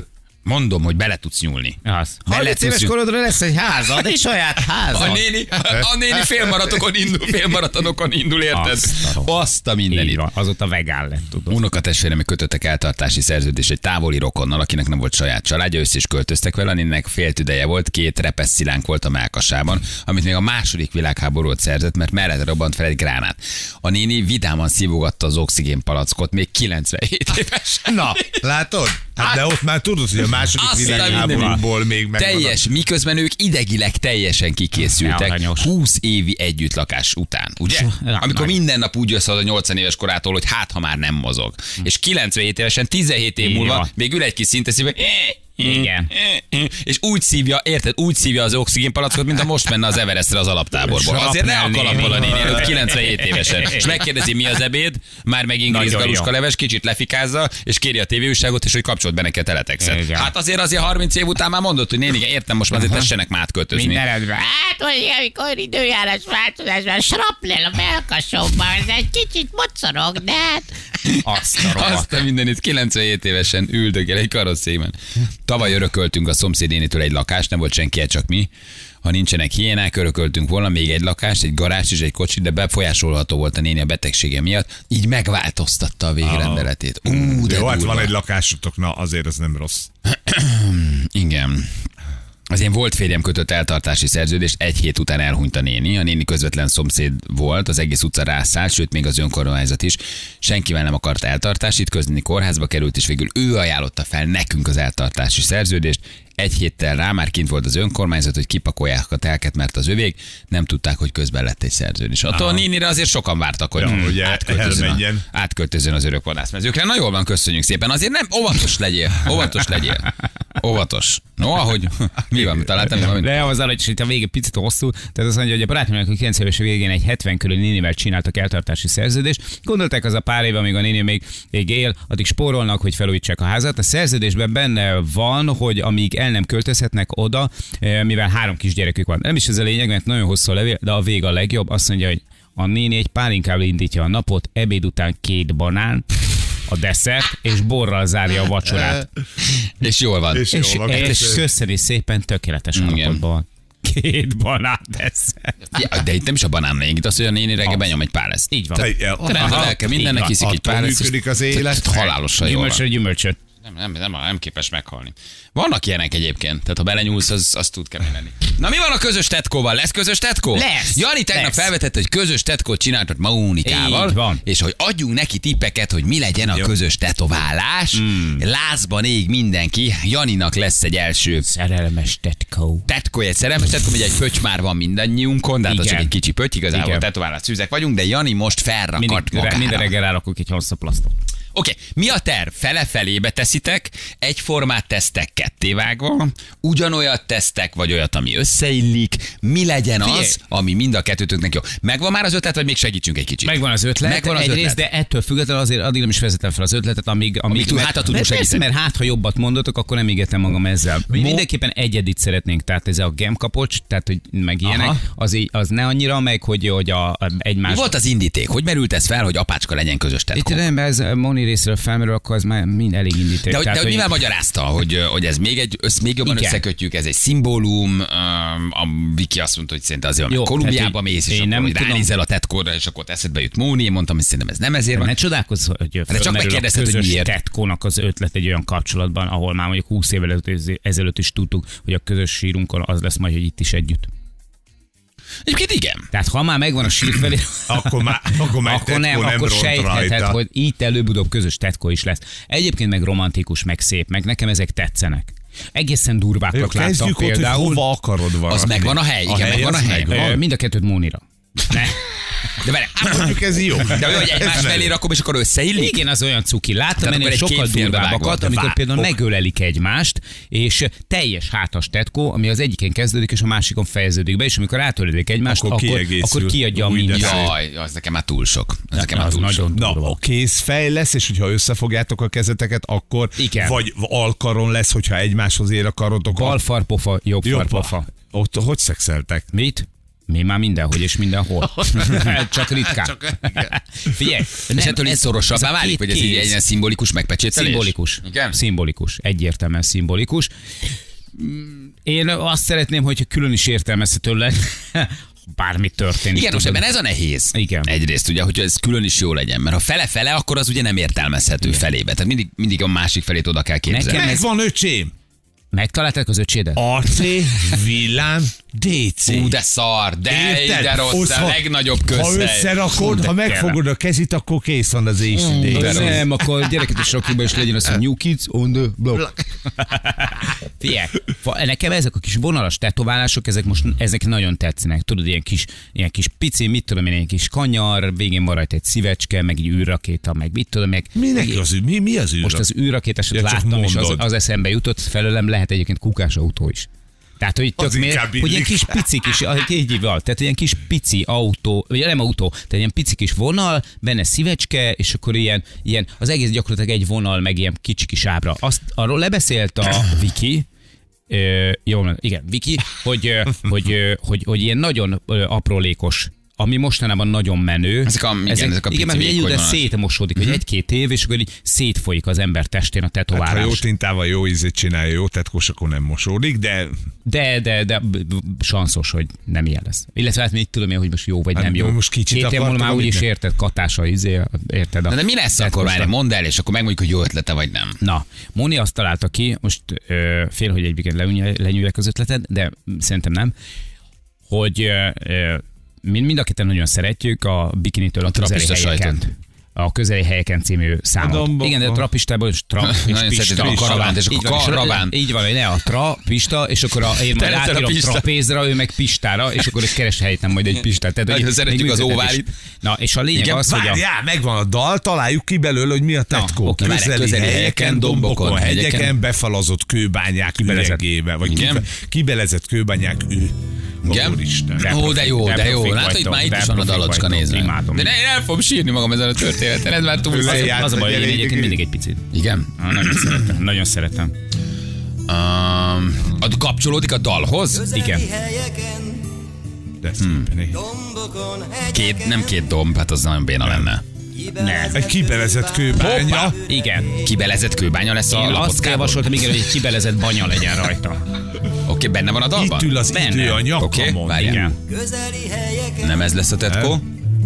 Mondom, hogy bele tudsz nyúlni. Az. harminc éves korodra lesz egy házad, egy saját házad. A néni, a néni félmaratonokon indul, félmaratonokon indul, érted? Azt a, Azt a mindenit. van, azóta vegán lett, tudod. Unokatestvérem kötöttek eltartási szerződést egy távoli rokonnal, akinek nem volt saját családja, össze is költöztek vele, aminek fél tüdeje volt, két repesz szilánk volt a mellkasában, amit még a második világháború ott szerzett, mert mellette robbant fel egy gránát. A néni vidáman szívogatta az oxigénpalackot, még kilencvenhét éves. Na, látod? Hát de ott már tudod, hogy a második világháborúból még megvan. Teljes, miközben ők idegileg teljesen kikészültek. Aranyos. húsz évi együttlakás után, ugye? Ja, Amikor nagy. minden nap úgy jössz a nyolcvan éves korától, hogy hát, ha már nem mozog. És kilencvenhét évesen, tizenhét év Így múlva van. még ül egy kis szinte szívve, Igen. és úgy szívja, érted, úgy szívja az oxigénpalackot, mint a most menne az Everestre az alaptáborból. Azért ne a kalapból a néni előtt kilencvenhét évesen. És megkérdezi, mi az ebéd, már megint Nagyon grízgaluska jó. leves, kicsit lefikázza, és kéri a tévéújságot, és hogy kapcsolt be neki a teletexet. Igen. Hát azért azért harminc év után már mondott, hogy néni, értem, most már azért tessenek már átköltözni. Minden rendben. Hát, hogy amikor időjárás változásban srapnel a melkasomban, ez egy kicsit mocorog, de hát... Azt a rohadt. Azt a mindenit, kilencvenhét évesen üldögél egy karosszékben. Tavaly örököltünk a szomszédénétől egy lakást, nem volt senki, csak mi. Ha nincsenek hiénák, örököltünk volna még egy lakást, egy garást és egy kocsit, de befolyásolható volt a néni a betegsége miatt, így megváltoztatta a végrendeletét. Ú, de Jó, hát durva. van egy lakásotok, na azért ez nem rossz. Igen. Az én volt férjem kötött eltartási szerződést, egy hét után elhunyt a néni. A néni közvetlen szomszéd volt, az egész utca rászállt, sőt még az önkormányzat is. Senkivel nem akart eltartást, itt közleni kórházba került, és végül ő ajánlotta fel nekünk az eltartási szerződést. Egy héttel rá már kint volt az önkormányzat, hogy kipakolják a telket, mert az övék nem tudták, hogy közben lett egy szerződés. Attól a nénire azért sokan vártak, hogy Ja, ugye átköltözön, elmenjen. a, átköltözön az örökvadászmezőkre. Na jól van, köszönjük szépen. Azért nem, óvatos legyél, óvatos legyél. Óvatos. No, ahogy, mi van, találtam valamit? De az arra, hogy itt a vége picit hosszú, tehát azt mondja, hogy a barátnőnek a kilenc éves végén egy hetven körül nénivel csináltak eltartási szerződést. Gondolták, az a pár év, amíg a néni még, még él, addig spórolnak, hogy felújítsák a házat. A szerződésben benne van, hogy amíg el nem költözhetnek oda, mivel három kisgyerekük van. Nem is ez a lényeg, mert nagyon hosszú a levél, de a vég a legjobb. Azt mondja, hogy a néni egy pálinkával indítja a napot, ebéd után két banán, a desszert, és borral zárja a vacsorát. És jól van. És És, jól van. és köszöni szépen, tökéletes Igen. állapotban van. Két banán desszert. Ja, de itt nem is a banán lényeg, itt az, hogy a néni reggel benyom egy páleszt. Így van. Te- Rendben el kell mindennek, Így hiszik egy Attól páleszt. működik az élet. Halálosan jól van. Gyümölcsöt, gyümölcsöt. Nem, nem, nem, nem képes meghalni. Vannak ilyenek egyébként, tehát ha belenyúlsz, az, az tud kemény lenni. Na mi van a közös tetkóval? Lesz közös tetkó? Lesz. Jani tegnap Lesz. felvetette, hogy közös tetkót csináltott Mónikával, Így van. és hogy adjunk neki tippeket, hogy mi legyen a közös tetoválás. Mm. Lázban ég mindenki. Janinak lesz egy első Szerelmes tetkó. tetkó, egy szerelmes tetkó, ugye egy pöty már van mindannyiunkon, de hát az Igen. csak egy kicsi pöty, igazából Igen. tetoválás szűzek vagyunk, de Jani most felrakart Mindig, magára. minden reggel rárakok egy hosszabb plasztot. Oké, okay. Mi a terv? Fele-felébe teszitek, egyformát tesztek kettévágva, ugyanolyat tesztek, vagy olyat, ami összeillik, mi legyen Figyelj. az, ami mind a kettőtöknek jó. Megvan már az ötlet, vagy még segítsünk egy kicsit? Megvan az ötlet, Megvan az egyrészt, ötlet. de ettől függetlenül azért addig nem is vezetem fel az ötletet, amíg... amíg túl hátra tudunk mert, persze, segíteni. mert hát, ha jobbat mondotok, akkor nem égetem magam ezzel. Mi mindenképpen egyedit szeretnénk, tehát ez a gemkapocs, tehát hogy meg ilyenek, az, így- az ne annyira meg, hogy, hogy a, a Mi egymás... volt az indíték? Hogy merült ez fel, hogy apácska legyen közös Itt tetkó? nem, ez Moni részéről felmerül, akkor az már mind elég indíték. De, hogy, de Tehát, hogy mivel magyarázta, hogy, hogy ez még, egy, össz, még jobban Igen. összekötjük, ez egy szimbólum, um, a Viki azt mondta, hogy szerintem azért, Jó, mert Kolumbiába tehát, mész, és én akkor nem hogy tudom. ránézel a tetkóra, és akkor eszedbe jut Móni, én mondtam, hogy szerintem ez nem ezért van. Ne csodálkozz, hogy csak fölmerül a megkérdezted, hogy közös miért. tetkónak az ötlet egy olyan kapcsolatban, ahol már mondjuk húsz évvel ezelőtt is tudtuk, hogy a közös sírunkon az lesz majd, hogy itt is együtt. Egyébként igen. Tehát ha már megvan a sír felé, Akkor már, akkor már akkor nem, nem akkor ront sejtheted, rajta. hogy itt előbb-utóbb közös tetkó is lesz. Egyébként meg romantikus, meg szép, meg nekem ezek tetszenek. Egészen durvákat Jó, láttam kezdjük ott, hogy például. hova akarod van. Az megvan a hely, igen, megvan a hely. Ö, Mind a kettőt Mónira. Ne. De vele, Mondjuk ez jó. de olyan, hogy egymás Ez mellé menő. rakom, és akkor összeillik? Igen, az olyan cuki. Láttam Tehát ennél akkor egy sokkal két félbe durvábbakat, vágod, de amikor vár- például ok. megölelik egymást, és teljes hátas tetkó, ami az egyiken kezdődik, és a másikon fejeződik be, és amikor átöledik egymást, Akkor akkor, kiegészül. akkor kiadja a Úgy, de mindent. szép. Jaj, az nekem már túl sok. Ez nekem már Az túl nagyon sok. Na, durva. a kézfej lesz, és hogyha összefogjátok a kezeteket, akkor Igen. vagy alkaron lesz, hogyha egymáshoz ér a karotok. Bal farpofa, jobb Jobb farpofa. Ott hogy szexeltek? Mit? Mi már mindenhogy és mindenhol. Csak ritkán. Csak, Figyelj, És ettől így szorosabbá válik, vagy ez így egy ilyen szimbolikus megpecsételés? Szimbolikus. Igen? Szimbolikus. Egyértelműen szimbolikus. Én azt szeretném, hogyha külön is értelmezhető lenne, bármi történik. Igen, most ebben ez a nehéz. Igen. Egyrészt ugye, hogy ez külön is jó legyen, mert ha fele-fele, akkor az ugye nem értelmezhető igen. felébe. Tehát mindig, mindig a másik felét oda kell képzelni. Nekem ez van, öcsém. Megtalálták az öcsédet? á cé, villám, dé cé. Ú, de szar, de, Érted? de rossz, Osz, a ha- legnagyobb Ha közhely. összerakod, ha megfogod a kezit, akkor kész van az és De nem, akkor gyereket is rakjuk be, és legyen az, hogy New Kids on the Block. Figyelj, fa- nekem ezek a kis vonalas tetoválások, ezek most ezek nagyon tetszenek. Tudod, ilyen kis, ilyen kis pici, mit tudom én, ilyen kis kanyar, végén van rajta egy szívecske, meg egy űrrakéta, meg mit tudom, meg... Minek az, ű- mi, mi az űr? Most az űrrakétásot Ja, csak láttam, és az, mondod. az eszembe jutott, felőlem lehet egyébként kukás autó is. Tehát, hogy, tök Az mér, inkább hogy ilyen illik. kis pici kis, így van, tehát ilyen kis pici autó, vagy nem autó, tehát ilyen pici kis vonal, benne szívecske, és akkor ilyen, ilyen az egész gyakorlatilag egy vonal, meg ilyen kicsi kis ábra. Azt, arról lebeszélt a Viki, ö, jól, igen, Viki, hogy, ö, hogy, ö, hogy, hogy ilyen nagyon ö, aprólékos, ami mostanában nagyon menő. Ezek a- igen, ezek a igen, mert pici egy vékony vonalak. szétmosódik, hogy egy-két év, és akkor így szétfolyik az ember testén a Hát, tetoválás. ha jó tintával jó ízét csinálja, jó tetkos, akkor nem mosódik, de De, de, de b- b- sanszos, hogy nem ilyen lesz. Illetve hát mit tudom én, hogy most jó vagy Hát nem jó. most kicsit Két év múlva akartam, már úgyis amit nem. érted, katása, izé, érted. A Na de mi lesz tehát akkor, most várj, a- mondd el, és akkor megmondjuk, hogy jó ötlete vagy nem. Na, Móni azt találta ki, most ö, fél, hogy egyébként lenyúlják, lenyúlják az ötletet, de szerintem nem, hogy ö, ö, mind, mind a ketten nagyon szeretjük a bikinitől a, A közeli trapista helyeken. sajtot. A közeli helyeken című A számot. dombokon. Igen, de a trapistából is tra és Nagyon pista. szereted a karavánt, és Így akkor van, és karaván. Így van, hogy ne a tra, pista, és akkor a, én majd Te leszel a átírom pista. trapézra, ő meg pistára, és akkor keres helytem majd egy pistát. Tehát, Nagyon hogy szeretjük még az működhet is. óvárit. Na, és a lényeg Igen, az, hogy a... várjál, megvan a dal, találjuk ki belőle, hogy mi a tetkó. oké, várj, közeli, közeli helyeken, helyeken, dombokon, dombokon, hegyeken, hegyeken, befalazott kőbányák Kibelezett. üregével, vagy Igen. kibe, kibelezett kőbányák ő. Igen? Úristen. De Ó, de jó, profik, de de jó. profik Látod, itt már vagytok, itt is de van a profik dalocska vagytok, nézve. imádom. De ne, én el fogom sírni magam ezen a történeten, ez már túl Ő szép. lejár. Az a baj, hogy én Gyere, egyébként gyere. mindig egy picit. Igen. Ah, nagyon szeretem, nagyon szeretem. Um, a kapcsolódik a dalhoz? Igen. De szépen. Két, nem két domb, hát az nagyon béna lenne. Ne. Egy kibelezett kőbánya. Hoppá, igen. Kibelezett kőbánya lesz a Én azt lapockából? javasoltam, igen, hogy egy kibelezett banya legyen rajta. Oké, benne van a dalban? Itt ül az Benne. idő a Oké, nyakamon. várjál. Igen. Nem ez lesz a tetkó?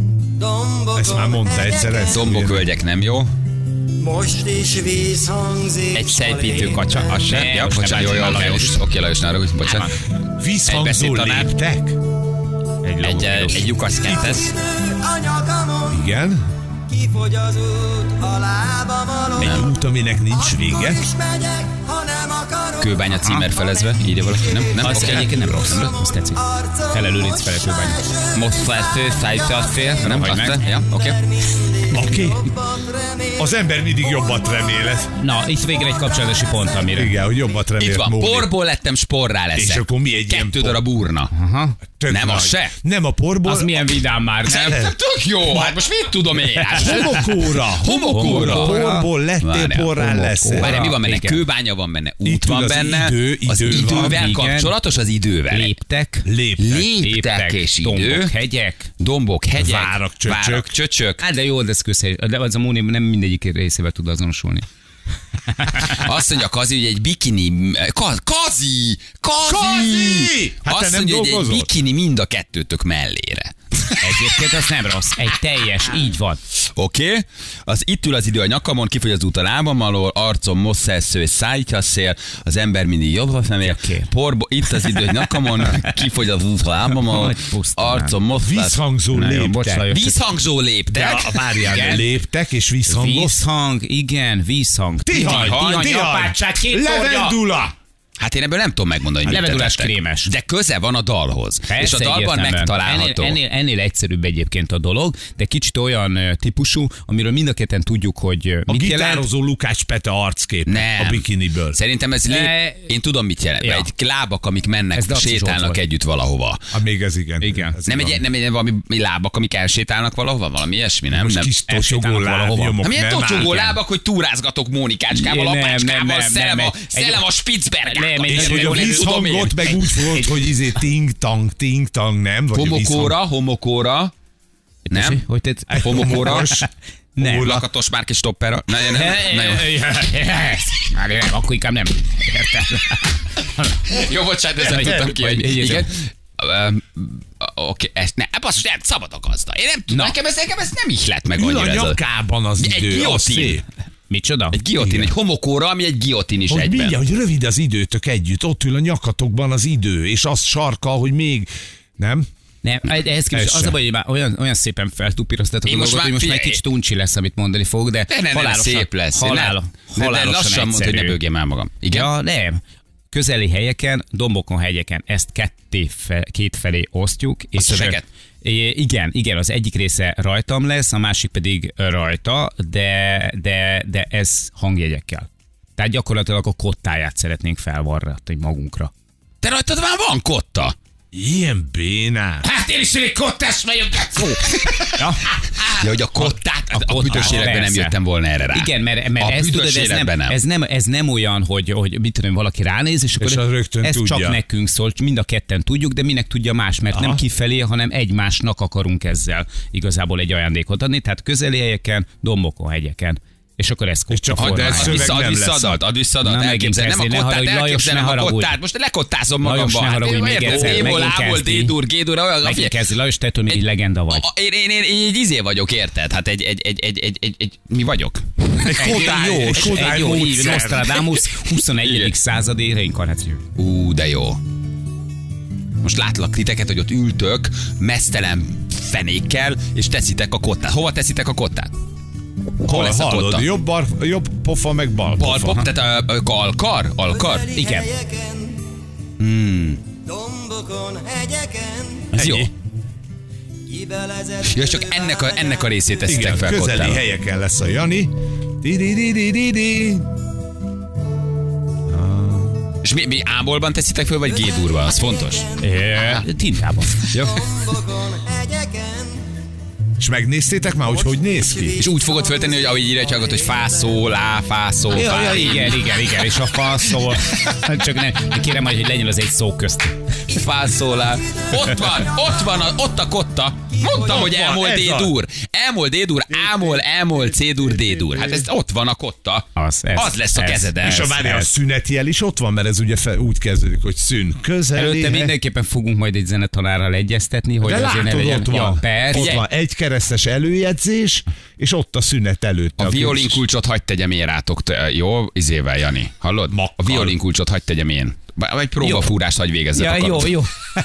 Ezt már mondta egyszer. ezt Dombok, ugye. völgyek nem jó. Most is vízhangzik. Egy szejpítő kacsa, az se. Ja, most bocsánat, jó, nem jó, ez oké, Lajos. oké, Lajos, ne haragudj, bocsánat. Egy Vízhangzó beszédtanár. léptek. Egy, Egy, ló- egy lyukasz kettes. A nyakamon Igen. kifogy az út, a lábam alól. Egy út, aminek nincs vége. Akkor is megyek, ha nem akarok. Kőbánya címer felezve, írja valaki, nem? Nem? Az Oké. egyébként nem rossz, azt tetszik. Felelőrinc felekőbány. Most felfő, fejfelfél, nem? Hagyd meg. Azt- Ja, oké. Oké. Az ember mindig jobbat remél. Na, itt végre egy kapcsolódási pont, amire. Igen, hogy jobbat remél. Itt van, porból lettem, sporrá leszek. És akkor mi egy ilyen Kettő por? darab urna. Tök Nem, nagy. az se. Nem a porból. Az milyen vidám már. Nem, tök jó, hát most mit tudom én? Hát, Homokóra. Homokóra. Porból lettél, Várjál, porrá homokóra. leszel. Várjál, mi van benne? Igen. Kőbánya van benne, út Itt ül van az benne. idő, Az idő van, idővel igen. kapcsolatos az idővel. Léptek. Léptek. Léptek és idő. Dombok, hegyek. Dombok, hegyek, Várak, csöcsök. várak, csöcsök. Hát de jó, de ez közhely. De az a Móni nem mindegyik részével tud azonosulni. Azt mondja Kazi, hogy egy bikini... Ka, kazi! Kazi! Kazi! Hát te Azt nem mondja, hogy egy dolgozol? bikini mind a kettőtök mellére. Egyébként az nem rossz. Egy teljes, így van. Oké, okay. Az itt ül az idő a nyakamon, kifogy az út a lábam alól, arcom mosszesző, szájtja a szél, az ember mindig jobbra femél. Oké. Porbo, itt az idő a nyakamon, kifogy az út a lábam alól, Hogy pusztán. arcom mosszesző. Vízhangzó Na jó, bocs, léptek. Lajos. Vízhangzó De léptek. a várjál, Igen. léptek és vízhangos. Vízhang, igen, vízhang. Tihany, Tihany, tihany, apátság, két tornya. levendula. Hát én ebből nem tudom megmondani, hogy A mit levedulás tettek. krémes. De köze van a dalhoz. Persze, és a dalban egyértelműen. megtalálható. Ennél, ennél, ennél egyszerűbb egyébként a dolog, de kicsit olyan ö, típusú, amiről mind a ketten tudjuk, hogy ö, A mit jelent. gitározó Lukács Pete arckép Nem. a bikiniből. Szerintem ez lép... E- Én tudom, mit jelent. Ja. Egy lábak, amik mennek, Ez Daci Zsolt sétálnak volt. együtt valahova. Ah, még ez igen. Igen. Ez Nem van. egy, nem egy valami lábak, amik elsétálnak valahova? Valami ilyesmi, nem? Most nem. kis tocsogó elsétálnak valahova. lábnyomok. Hát milyen nem tocsogó áll. lábak, hogy túrázgatok Mónikácskával, Nem, nem, apácskával, nem, szelem, nem, a, egy- szelem a Spitzbergát. Nem, és hogy a vízhangot meg úgy fogod, hogy izé ting-tang, ting-tang, nem? Vagy homokóra, homokóra. Nem? Hogy tett? Homokóra. Nem. Lakatos márki stoppera. Ne, ne, ne, jó. Már nem, akkor inkább nem. Értem. Jó, bocsánat, ezt nem tudtam ki, hogy igen. Oké, ezt ne, basszus, nem, szabad a gazda. Én nem tudom, nekem ez, nekem ez nem ihlet meg Ül annyira. a nyakában az idő, egy giotin. Micsoda? Egy giotin, egy homokóra, ami egy giotin is hogy egyben. Mindjárt, hogy rövid az időtök együtt, ott ül a nyakatokban az idő, és azt sarkal, hogy még, nem? Nem, ehhez képest az a baj, hogy már olyan, olyan szépen feltupíroztatok a dolgot, hogy most már egy kicsit uncsi lesz, amit mondani fog, de, de ne, halálosan, ne, szép lesz. Halálo, ne, halálosan de lassan mondd, hogy ne bőgjél már magam. Igen? Ja, nem. Közeli helyeken, dombokon, hegyeken ezt ketté fe, két felé osztjuk. A szöveget? Igen, igen, az egyik része rajtam lesz, a másik pedig rajta, de, de, de ez hangjegyekkel. Tehát gyakorlatilag a kottáját szeretnénk felvarratni magunkra. Te rajtad már van kotta? Ilyen bénás. Hát én is egy kottás vagyok, gecó. Ja. Ja, hogy a kottát, a, a, a büdös kottát, életben nem persze. jöttem volna erre rá. Igen, mert, mert ez, tudod, ez, nem, nem. Ez, nem, ez nem olyan, hogy, hogy mit tudom, valaki ránéz, és akkor és rögtön ez tudja. csak nekünk szól, mind a ketten tudjuk, de minek tudja más, mert Aha. nem kifelé, hanem egymásnak akarunk ezzel igazából egy ajándékot adni, tehát közeli helyeken, dombokon, hegyeken. És akkor ez csak kotta de ez formája. szöveg Add nem vissza lesz. adat, add vissza adat, Na, elképzel, nem a megint kottát, persze, ne elképzelem a haragudj. kottát, most lekottázom Lajos, magamba. ne haragudj, még egyszer, megint Ámol, kezdi. G-dur, G-dur, olyan. Megint kezdi, Lajos, te ettől még egy legenda vagy. Én, én, én, én egy izé vagyok, érted? Hát egy, egy, egy, egy, egy, egy, egy mi vagyok? Egy kodály, jó, egy kodály egy jó, így módszer. Nostradamus huszonegyedik századi reinkarnáció. Ú, de jó. Most látlak titeket, hogy ott ültök mesztelen fenékkel, és teszitek a kottát. Hova teszitek a kottát? Hol lesz a Hallod, kotta? jobb, bar, jobb pofa, meg bal Bal pofa. pop, tehát a, a alkar? Alkar? Igen. Hmm. Dombokon, hegyeken, Ez jó. kibelezett Ja, csak ennek a, ennek a részét teszitek Igen, fel közeli kottára. helyeken lesz a Jani. Di-di-di-di-di-di. És mi, mi ámolban teszitek föl, vagy G-durban? Az fontos. Tintában. Jó. dombokon, hegyeken, És megnéztétek már, hogy hogy néz ki? És úgy fogod föltenni, hogy ahogy írja csak, hogy fá, szó, lá, fá, szó, Ja, fá. ja, igen, igen, igen, és a fa szó. Csak ne, kérem, hogy legyen az egy szó közt. Fá, szó, lá. Ott van, ott van, a, ott a kotta. Mondtam, hogy van, elmol ez D-dur. Elmol D-dur, ámol, elmol C-dur, D-dur. Hát ez ott van a kotta. Az, ez, Az lesz a ez, kezeden. És a ez, várja, a ez. szünetjel is ott van, mert ez ugye fe, úgy kezdődik, hogy szűn közeli. Előtte hely- mindenképpen fogunk majd egy zenetanárral egyeztetni, hogy De azért ne látod, legyen. ott van. Ja, persze. Ott van egy keresztes előjegyzés, és ott a szünet előtt. A violinkulcsot hagyd tegyem én rátok, te- jó? Izével, Jani. Hallod? Makkal. A violinkulcsot hagyd tegyem én. Vagy próbafúrást hagy végezzek. Ja, akarod. jó, jó.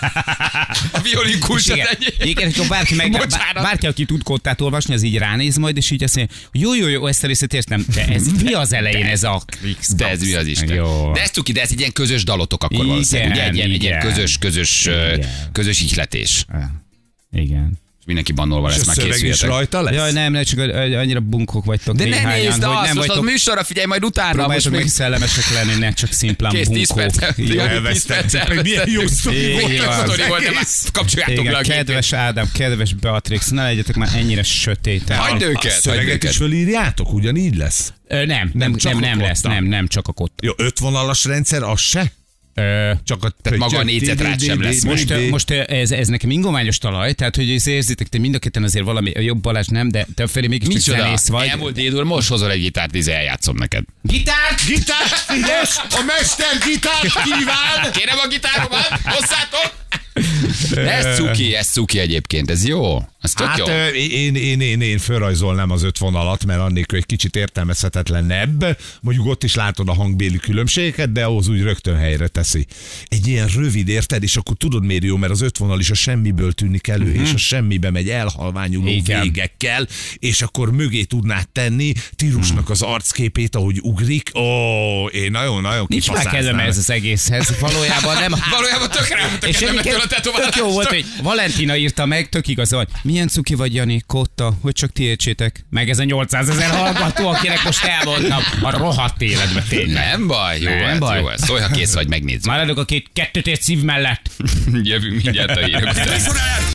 A violinkulcsot Igen, egy... igen, és akkor bárki, meg, Bocsánat. bár, bárki, aki tud kottát olvasni, az így ránéz majd, és így azt mondja, hogy jó, jó, jó, ezt a részét értem, de ez mi az elején ez a... De ez mi az Isten? Jó. De ez tuki, de ez egy ilyen közös dalotok akkor Igen, valószínűleg. Ugye? Egy ilyen, egy ilyen igen. közös, közös, ö, Igen. közös ihletés. Igen. Mindenki bannolva És lesz, a már szöveg is készüljetek. rajta lesz? Jaj, nem, nem, csak annyira bunkok vagytok De ne néhányan, nézd hogy azt, nem most a vagytok... műsorra figyelj majd utána. Most Próbáljátok meg még szellemesek lenni, ne csak szimplán kész tíz bunkók. perc. Igen. Jó, tíz Elvesztettük, perc meg milyen jó sztori Volt Igen. a volt az sztori volt, de már egész. kapcsoljátok le Igen, a gépét. kedves Ádám, kedves Beatrix, ne legyetek már ennyire sötéten. Hagyd A őket, hagyd szöveget is őket. fölírjátok, ugyanígy lesz? Ö, nem, nem, csak nem, a nem lesz, kotta. nem, nem, csak a kotta. Jó, ötvonalas rendszer, az se? Ö, Csak a, Tehát maga a négyzetrád sem lesz. Most, ö, most ö, ez, ez nekem ingományos talaj, tehát hogy ezt érzitek, te mind a ketten azért valami jobb Balázs nem, de te felé mégis csak Micsoda? zenész vagy. Elmúlt D-dur, most hozol egy gitárt, izé eljátszom neked. Gitárt! Gitár, figyelsz, a mester gitár kíván! Kérem a gitáromat, hozzátok! Ez cuki, ez cuki egyébként, ez jó. Ez tök Hát jó. ö, én, én, én, én fölrajzolnám az öt vonalat, mert annélkül egy kicsit értelmezhetetlenebb. Mondjuk ott is látod a hangbéli különbségeket, de ahhoz úgy rögtön helyre teszi. Egy ilyen rövid, érted, és akkor tudod miért jó, mert az öt vonal is a semmiből tűnik elő, uh-huh. és a semmibe megy elhalványuló Igen. végekkel, és akkor mögé tudnád tenni Tirusnak az arcképét, ahogy ugrik. Ó, én nagyon-nagyon Nincs már kedvem ez az egészhez. Valójában nem. Valójában tökre elmúlt a És kedvem ettől a egyébként tök tetoválástól. jó volt, hogy Valentina írta meg, tök igaz, hogy milyen cuki vagy, Jani, kotta, hogy csak ti értsétek. Meg ez a nyolcszázezer hallgató, akinek most elmondtam a rohadt életbe tényleg. Nem baj, jó, Nem hát, baj. jó, szólj, ha kész vagy, megnézzük. Maradok a két kettőt egy szív mellett. Jövünk mindjárt a hírek után.